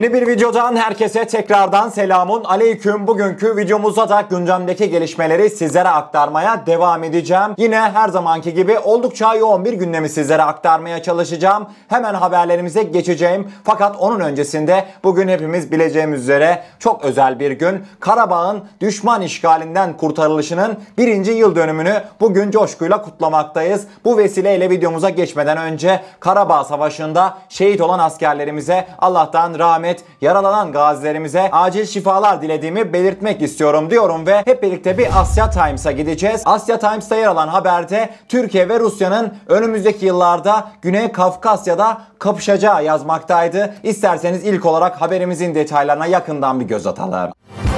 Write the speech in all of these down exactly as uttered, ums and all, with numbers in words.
Yeni bir videodan herkese tekrardan selamun aleyküm. Bugünkü videomuzda da gündemdeki gelişmeleri sizlere aktarmaya devam edeceğim. Yine her zamanki gibi oldukça yoğun bir gündemi sizlere aktarmaya çalışacağım. Hemen haberlerimize geçeceğim. Fakat onun öncesinde bugün hepimiz bileceğimiz üzere çok özel bir gün. Karabağ'ın düşman işgalinden kurtarılışının birinci yıl dönümünü bugün coşkuyla kutlamaktayız. Bu vesileyle videomuza geçmeden önce Karabağ Savaşı'nda şehit olan askerlerimize Allah'tan rahmet, yaralanan gazilerimize acil şifalar dilediğimi belirtmek istiyorum diyorum ve hep birlikte bir Asya Times'a gideceğiz. Asya Times'ta yer alan haberde Türkiye ve Rusya'nın önümüzdeki yıllarda Güney Kafkasya'da kapışacağı yazmaktaydı. İsterseniz ilk olarak haberimizin detaylarına yakından bir göz atalım.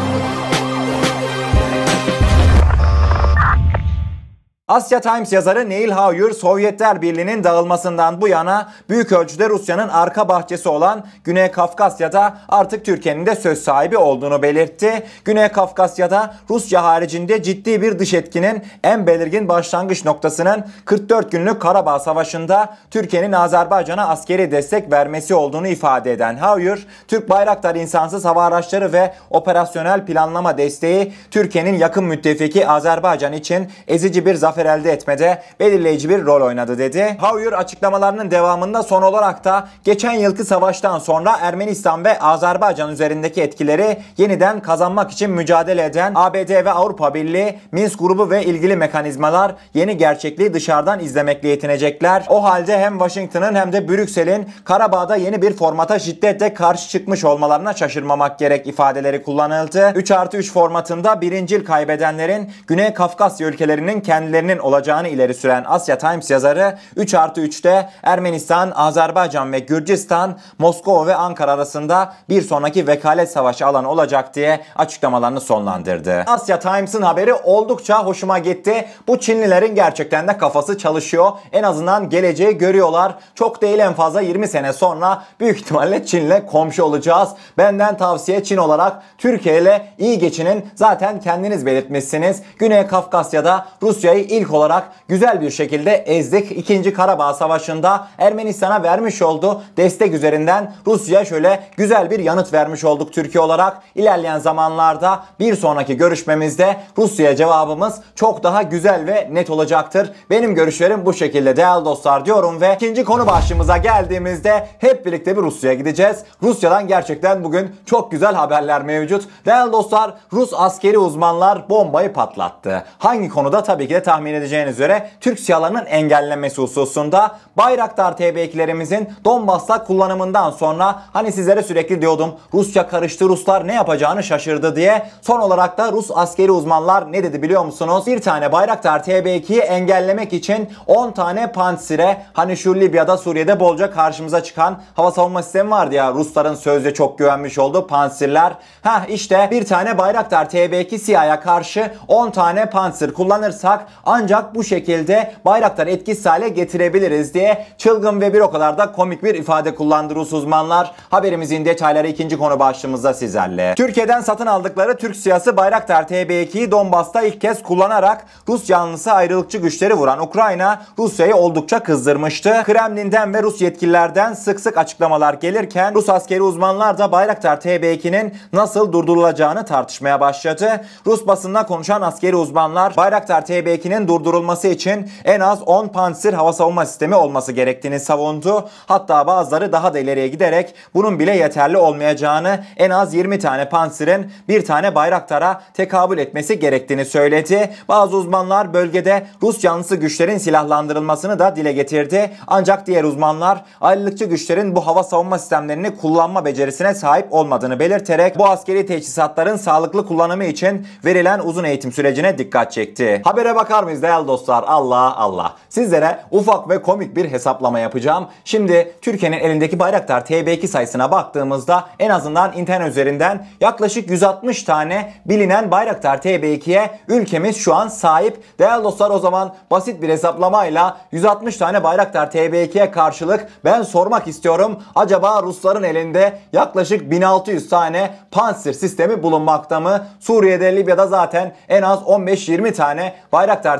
Asya Times yazarı Neil Hauer, Sovyetler Birliği'nin dağılmasından bu yana büyük ölçüde Rusya'nın arka bahçesi olan Güney Kafkasya'da artık Türkiye'nin de söz sahibi olduğunu belirtti. Güney Kafkasya'da Rusya haricinde ciddi bir dış etkinin en belirgin başlangıç noktasının kırk dört günlük Karabağ Savaşı'nda Türkiye'nin Azerbaycan'a askeri destek vermesi olduğunu ifade eden Hauer, Türk Bayraktar insansız hava araçları ve operasyonel planlama desteği Türkiye'nin yakın müttefiki Azerbaycan için ezici bir zafer elde etmede belirleyici bir rol oynadı dedi. Hauer açıklamalarının devamında son olarak da geçen yılki savaştan sonra Ermenistan ve Azerbaycan üzerindeki etkileri yeniden kazanmak için mücadele eden A B D ve Avrupa Birliği, Minsk grubu ve ilgili mekanizmalar yeni gerçekliği dışarıdan izlemekle yetinecekler. O halde hem Washington'ın hem de Brüksel'in Karabağ'da yeni bir formata şiddetle karşı çıkmış olmalarına şaşırmamak gerek ifadeleri kullanıldı. üç artı üç formatında birincil kaybedenlerin Güney Kafkasya ülkelerinin kendilerini olacağını ileri süren Asya Times yazarı üç artı üçte Ermenistan, Azerbaycan ve Gürcistan, Moskova ve Ankara arasında bir sonraki vekalet savaşı alanı olacak diye açıklamalarını sonlandırdı. Asya Times'ın haberi oldukça hoşuma gitti. Bu Çinlilerin gerçekten de kafası çalışıyor. En azından geleceği görüyorlar. Çok değil en fazla yirmi sene sonra büyük ihtimalle Çin'le komşu olacağız. Benden tavsiye Çin olarak Türkiye ile iyi geçinin. Zaten kendiniz belirtmişsiniz. Güney Kafkasya'da Rusya'yı ilk olarak güzel bir şekilde ezdik. İkinci Karabağ Savaşı'nda Ermenistan'a vermiş olduğu destek üzerinden Rusya'ya şöyle güzel bir yanıt vermiş olduk Türkiye olarak. İlerleyen zamanlarda bir sonraki görüşmemizde Rusya'ya cevabımız çok daha güzel ve net olacaktır. Benim görüşlerim bu şekilde değerli dostlar diyorum ve ikinci konu başlığımıza geldiğimizde hep birlikte bir Rusya'ya gideceğiz. Rusya'dan gerçekten bugün çok güzel haberler mevcut. Değerli dostlar, Rus askeri uzmanlar bombayı patlattı. Hangi konuda? Tabii ki de tahmin edeceğiniz üzere Türk SİHA'larının engellenmesi hususunda. Bayraktar T B ikilerimizin Donbas'ta kullanımından sonra hani sizlere sürekli diyordum Rusya karıştı, Ruslar ne yapacağını şaşırdı diye. Son olarak da Rus askeri uzmanlar ne dedi biliyor musunuz? Bir tane Bayraktar T B ikiyi engellemek için on tane Pantsir'e, hani şu Libya'da, Suriye'de bolca karşımıza çıkan hava savunma sistemi vardı ya, Rusların sözde çok güvenmiş olduğu Pantsir'ler. Heh işte bir tane Bayraktar T B iki SİHA'ya karşı on tane Pantsir kullanırsak ancak bu şekilde Bayraktar etkisiz hale getirebiliriz diye çılgın ve bir o kadar da komik bir ifade kullandı Rus uzmanlar. Haberimizin detayları ikinci konu başlığımızda sizlerle. Türkiye'den satın aldıkları Türk SİHA'sı Bayraktar T B ikiyi Donbas'ta ilk kez kullanarak Rus yanlısı ayrılıkçı güçleri vuran Ukrayna, Rusya'yı oldukça kızdırmıştı. Kremlin'den ve Rus yetkililerden sık sık açıklamalar gelirken Rus askeri uzmanlar da Bayraktar T B ikinin nasıl durdurulacağını tartışmaya başladı. Rus basında konuşan askeri uzmanlar Bayraktar T B ikinin durdurulması için en az on Pantsir hava savunma sistemi olması gerektiğini savundu. Hatta bazıları daha da ileriye giderek bunun bile yeterli olmayacağını, en az yirmi tane Pantsir'in bir tane Bayraktar'a tekabül etmesi gerektiğini söyledi. Bazı uzmanlar bölgede Rus yanlısı güçlerin silahlandırılmasını da dile getirdi. Ancak diğer uzmanlar ayrılıkçı güçlerin bu hava savunma sistemlerini kullanma becerisine sahip olmadığını belirterek bu askeri teçhizatların sağlıklı kullanımı için verilen uzun eğitim sürecine dikkat çekti. Habere bakar mıyız değerli dostlar? Allah Allah. Sizlere ufak ve komik bir hesaplama yapacağım. Şimdi Türkiye'nin elindeki Bayraktar T B iki sayısına baktığımızda en azından internet üzerinden yaklaşık yüz altmış tane bilinen Bayraktar T B ikiye ülkemiz şu an sahip. Değerli dostlar, o zaman basit bir hesaplamayla yüz altmış tane Bayraktar T B ikiye karşılık ben sormak istiyorum. Acaba Rusların elinde yaklaşık bin altı yüz tane Pantsir sistemi bulunmakta mı? Suriye'de, Libya'da zaten en az on beş yirmi tane Bayraktar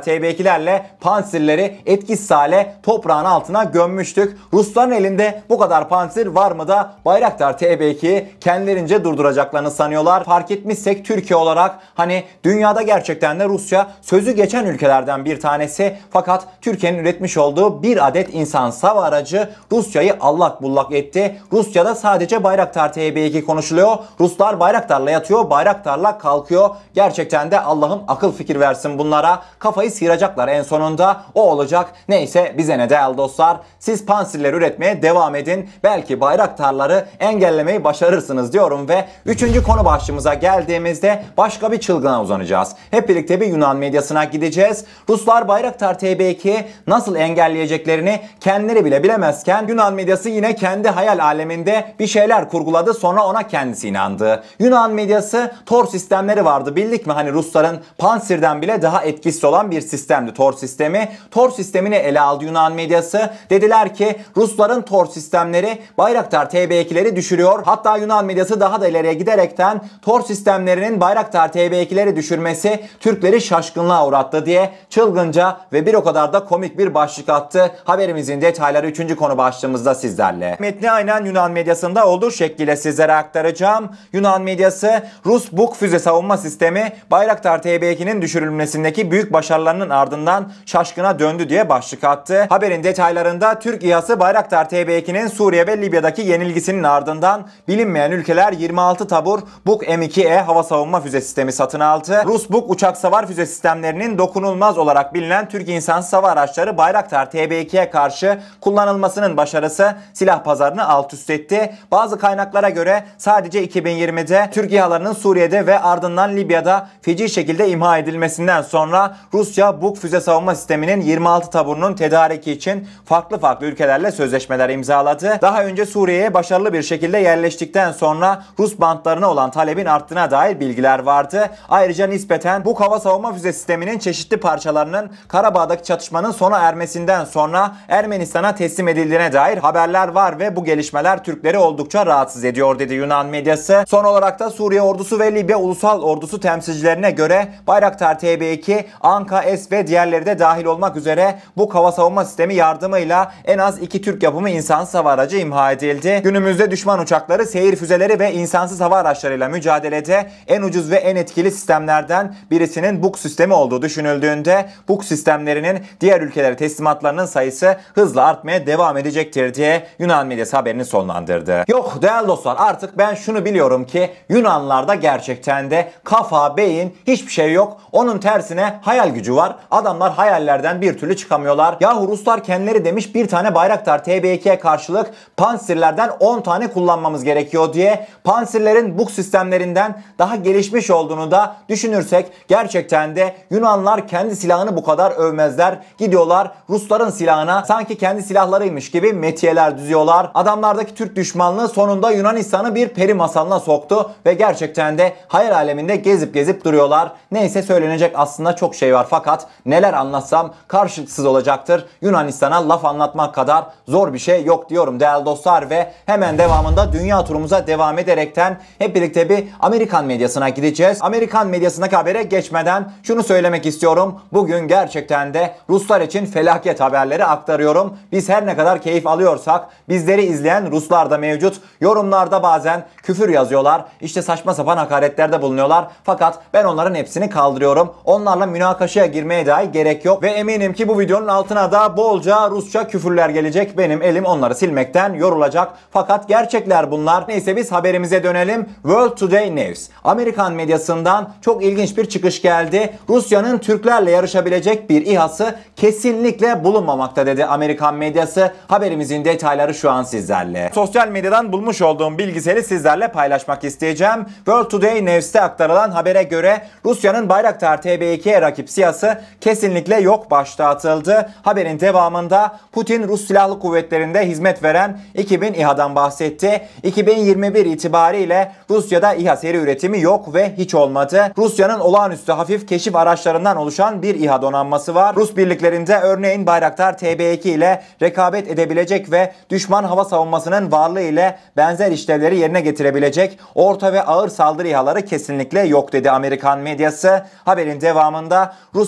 Bayraktar T B ikilerle Pantsir'leri etkisiz hale toprağın altına gömmüştük. Rusların elinde bu kadar Pantsir var mı da Bayraktar T B ikiyi kendilerince durduracaklarını sanıyorlar. Fark etmişsek Türkiye olarak hani dünyada gerçekten de Rusya sözü geçen ülkelerden bir tanesi. Fakat Türkiye'nin üretmiş olduğu bir adet insansız hava aracı Rusya'yı allak bullak etti. Rusya'da sadece Bayraktar T B iki konuşuluyor. Ruslar Bayraktar'la yatıyor, Bayraktar'la kalkıyor. Gerçekten de Allah'ım akıl fikir versin bunlara. Kafayı sıyıracaklar en sonunda. O olacak. Neyse bize ne değerli dostlar. Siz Pantsir'ler üretmeye devam edin. Belki Bayraktar'ları engellemeyi başarırsınız diyorum ve üçüncü konu başlığımıza geldiğimizde başka bir çılgına uzanacağız. Hep birlikte bir Yunan medyasına gideceğiz. Ruslar Bayraktar T B ikiyi nasıl engelleyeceklerini kendileri bile bilemezken Yunan medyası yine kendi hayal aleminde bir şeyler kurguladı, sonra ona kendisi inandı. Yunan medyası Tor sistemleri vardı, bildik mi? Hani Rusların Pantsir'den bile daha etkisiz olan bir sistemdi Tor sistemi. Tor sistemini ele aldı Yunan medyası. Dediler ki Rusların Tor sistemleri Bayraktar T B ikileri düşürüyor. Hatta Yunan medyası daha da ileriye giderekten Tor sistemlerinin Bayraktar T B ikileri düşürmesi Türkleri şaşkınlığa uğrattı diye çılgınca ve bir o kadar da komik bir başlık attı. Haberimizin detayları üçüncü konu başlığımızda sizlerle. Metni aynen Yunan medyasında olduğu şekliyle sizlere aktaracağım. Yunan medyası Rus Buk füze savunma sistemi Bayraktar T B ikinin düşürülmesindeki büyük başarılarının ardından şaşkına döndü diye başlık attı. Haberin detaylarında Türk İHA'sı Bayraktar T B ikinin Suriye ve Libya'daki yenilgisinin ardından bilinmeyen ülkeler yirmi altı tabur Buk M iki E hava savunma füze sistemi satın aldı. Rus Buk uçak savar füze sistemlerinin dokunulmaz olarak bilinen Türk insansız hava araçları Bayraktar T B ikiye karşı kullanılmasının başarısı silah pazarını alt üst etti. Bazı kaynaklara göre sadece iki bin yirmide Türk İHA'larının Suriye'de ve ardından Libya'da feci şekilde imha edilmesinden sonra Rusya Buk füze savunma sisteminin yirmi altı taburunun tedariki için farklı farklı ülkelerle sözleşmeler imzaladı. Daha önce Suriye'ye başarılı bir şekilde yerleştikten sonra Rus bantlarına olan talebin arttığına dair bilgiler vardı. Ayrıca nispeten Buk hava savunma füze sisteminin çeşitli parçalarının Karabağ'daki çatışmanın sona ermesinden sonra Ermenistan'a teslim edildiğine dair haberler var ve bu gelişmeler Türkleri oldukça rahatsız ediyor dedi Yunan medyası. Son olarak da Suriye ordusu ve Libya ulusal ordusu temsilcilerine göre Bayraktar T B iki, Anka S ve diğerleri de dahil olmak üzere bu hava savunma sistemi yardımıyla en az iki Türk yapımı insansız hava aracı imha edildi. Günümüzde düşman uçakları, seyir füzeleri ve insansız hava araçlarıyla mücadelede en ucuz ve en etkili sistemlerden birisinin Buk sistemi olduğu düşünüldüğünde Buk sistemlerinin diğer ülkelere teslimatlarının sayısı hızla artmaya devam edecektir diye Yunan medyası haberini sonlandırdı. Yok değerli dostlar, artık ben şunu biliyorum ki Yunanlarda gerçekten de kafa, beyin hiçbir şey yok. Onun tersine hayal gücü var. Adamlar hayallerden bir türlü çıkamıyorlar. Yahu Ruslar kendileri demiş bir tane Bayraktar T B ikiye karşılık Pantsir'lerden on tane kullanmamız gerekiyor diye. Pantsir'lerin Buk sistemlerinden daha gelişmiş olduğunu da düşünürsek gerçekten de Yunanlar kendi silahını bu kadar övmezler. Gidiyorlar Rusların silahına sanki kendi silahlarıymış gibi metiyeler düzüyorlar. Adamlardaki Türk düşmanlığı sonunda Yunanistan'ı bir peri masalına soktu ve gerçekten de hayal aleminde gezip gezip duruyorlar. Neyse, söylenecek aslında çok şey var fakat neler anlatsam karşılıksız olacaktır. Yunanistan'a laf anlatmak kadar zor bir şey yok diyorum değerli dostlar ve hemen devamında dünya turumuza devam ederekten hep birlikte bir Amerikan medyasına gideceğiz. Amerikan medyasındaki habere geçmeden şunu söylemek istiyorum. Bugün gerçekten de Ruslar için felaket haberleri aktarıyorum. Biz her ne kadar keyif alıyorsak bizleri izleyen Ruslar da mevcut. Yorumlarda bazen küfür yazıyorlar. İşte saçma sapan hakaretlerde bulunuyorlar. Fakat ben onların hepsini kaldırıyorum. Onlarla münakaşaya girmeye dahi gerek yok. Ve eminim ki bu videonun altına da bolca Rusça küfürler gelecek. Benim elim onları silmekten yorulacak. Fakat gerçekler bunlar. Neyse biz haberimize dönelim. World Today News. Amerikan medyasından çok ilginç bir çıkış geldi. Rusya'nın Türklerle yarışabilecek bir İHA'sı kesinlikle bulunmamakta dedi Amerikan medyası. Haberimizin detayları şu an sizlerle. Sosyal medyadan bulmuş olduğum bilgisayarı sizlerle paylaşmak isteyeceğim. World Today News'te aktarılan habere göre Rusya'nın Bayraktar T B ikiye rakip SİHA'sı kesinlikle yok başta atıldı. Haberin devamında Putin Rus Silahlı Kuvvetleri'nde hizmet veren iki bin İHA'dan bahsetti. iki bin yirmi bir itibariyle Rusya'da İHA seri üretimi yok ve hiç olmadı. Rusya'nın olağanüstü hafif keşif araçlarından oluşan bir İHA donanması var. Rus birliklerinde örneğin Bayraktar T B iki ile rekabet edebilecek ve düşman hava savunmasının varlığı ile benzer işlevleri yerine getirebilecek orta ve ağır saldırı İHA'ları kesinlikle yok dedi Amerikan medyası. Haberin devamında Rusya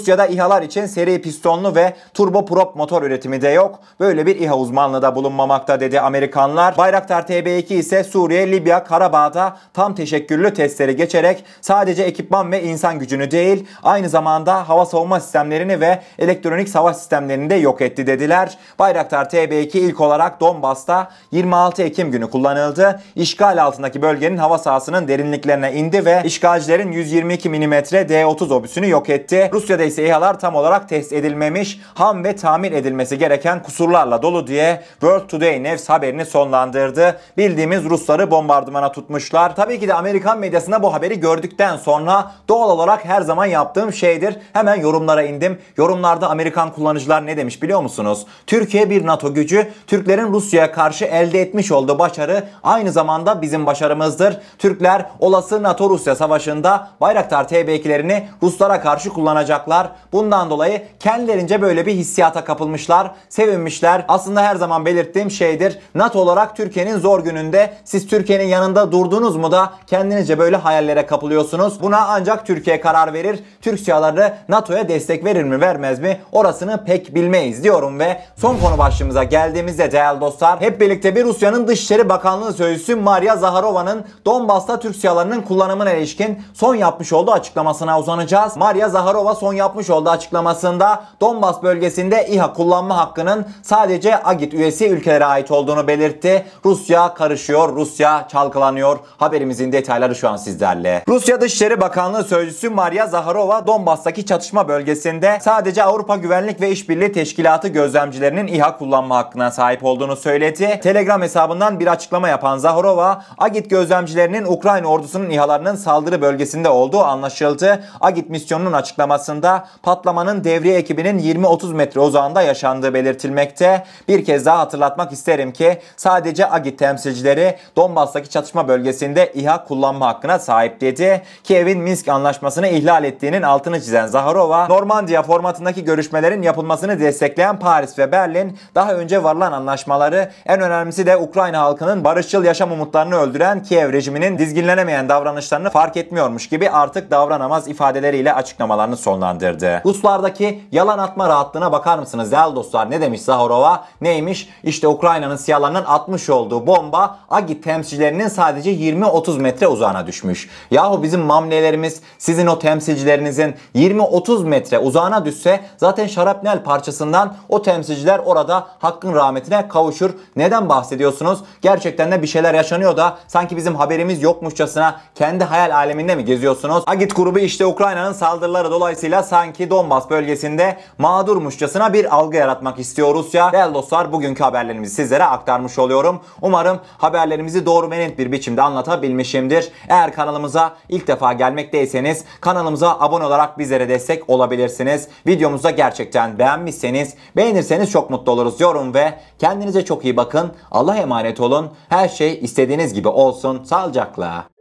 Rusya'da İHA'lar için seri pistonlu ve turboprop motor üretimi de yok. Böyle bir İHA uzmanlığı da bulunmamakta dedi Amerikanlar. Bayraktar T B iki ise Suriye, Libya, Karabağ'da tam teşekküllü testleri geçerek sadece ekipman ve insan gücünü değil, aynı zamanda hava savunma sistemlerini ve elektronik savaş sistemlerini de yok etti dediler. Bayraktar T B iki ilk olarak Donbas'ta yirmi altı Ekim günü kullanıldı. İşgal altındaki bölgenin hava sahasının derinliklerine indi ve işgalcilerin yüz yirmi iki milimetre D otuz obüsünü yok etti. Rusya'da ise İHA'lar tam olarak test edilmemiş, ham ve tamir edilmesi gereken kusurlarla dolu diye World Today News haberini sonlandırdı. Bildiğimiz Rusları bombardımana tutmuşlar. Tabii ki de Amerikan medyasında bu haberi gördükten sonra doğal olarak her zaman yaptığım şeydir. Hemen yorumlara indim. Yorumlarda Amerikan kullanıcılar ne demiş biliyor musunuz? Türkiye bir NATO gücü. Türklerin Rusya'ya karşı elde etmiş olduğu başarı aynı zamanda bizim başarımızdır. Türkler olası NATO-Rusya savaşında Bayraktar T B iki'lerini Ruslara karşı kullanacaklar. Bundan dolayı kendilerince böyle bir hissiyata kapılmışlar, sevinmişler. Aslında her zaman belirttiğim şeydir. NATO olarak Türkiye'nin zor gününde siz Türkiye'nin yanında durdunuz mu da kendinizce böyle hayallere kapılıyorsunuz. Buna ancak Türkiye karar verir. Türk SİHA'ları NATO'ya destek verir mi vermez mi orasını pek bilmeyiz diyorum ve son konu başlığımıza geldiğimizde değerli dostlar, hep birlikte bir Rusya'nın Dışişleri Bakanlığı Sözcüsü Maria Zaharova'nın Donbas'ta Türk SİHA'larının kullanımına ilişkin son yapmış olduğu açıklamasına uzanacağız. Maria Zaharova son yapmış olduğu açıklamasında Donbas bölgesinde İHA kullanma hakkının sadece AGİT üyesi ülkelere ait olduğunu belirtti. Rusya karışıyor, Rusya çalkalanıyor. Haberimizin detayları şu an sizlerle. Rusya Dışişleri Bakanlığı Sözcüsü Maria Zaharova Donbas'taki çatışma bölgesinde sadece Avrupa Güvenlik ve İşbirliği Teşkilatı gözlemcilerinin İHA kullanma hakkına sahip olduğunu söyledi. Telegram hesabından bir açıklama yapan Zaharova, AGİT gözlemcilerinin Ukrayna ordusunun İHA'larının saldırı bölgesinde olduğu anlaşıldı. AGİT misyonunun açıklamasında patlamanın devriye ekibinin yirmi otuz metre uzağında yaşandığı belirtilmekte. Bir kez daha hatırlatmak isterim ki sadece AGİT temsilcileri Donbas'taki çatışma bölgesinde İHA kullanma hakkına sahip dedi. Kiev'in Minsk anlaşmasını ihlal ettiğinin altını çizen Zaharova, Normandiya formatındaki görüşmelerin yapılmasını destekleyen Paris ve Berlin, daha önce varılan anlaşmaları, en önemlisi de Ukrayna halkının barışçıl yaşam umutlarını öldüren Kiev rejiminin dizginlenemeyen davranışlarını fark etmiyormuş gibi artık davranamaz ifadeleriyle açıklamalarını sonlandırdı. Ruslardaki yalan atma rahatlığına bakar mısınız değerli dostlar? Ne demiş Zaharova? Neymiş? İşte Ukrayna'nın SİHA'larının atmış olduğu bomba AGİT temsilcilerinin sadece yirmi otuz metre uzağına düşmüş. Yahu bizim mamlelerimiz sizin o temsilcilerinizin yirmi otuz metre uzağına düşse zaten şarapnel parçasından o temsilciler orada hakkın rahmetine kavuşur. Neden bahsediyorsunuz? Gerçekten de bir şeyler yaşanıyor da sanki bizim haberimiz yokmuşçasına kendi hayal aleminde mi geziyorsunuz? AGİT grubu işte Ukrayna'nın saldırıları dolayısıyla sanki Donbas bölgesinde mağdurmuşçasına bir algı yaratmak istiyor Rusya. Değerli dostlar, bugünkü haberlerimizi sizlere aktarmış oluyorum. Umarım haberlerimizi doğru ve net bir biçimde anlatabilmişimdir. Eğer kanalımıza ilk defa gelmekteyseniz kanalımıza abone olarak bizlere destek olabilirsiniz. Videomuzu da gerçekten beğenmişseniz, beğenirseniz çok mutlu oluruz diyorum ve kendinize çok iyi bakın. Allah'a emanet olun. Her şey istediğiniz gibi olsun. Sağlıcakla.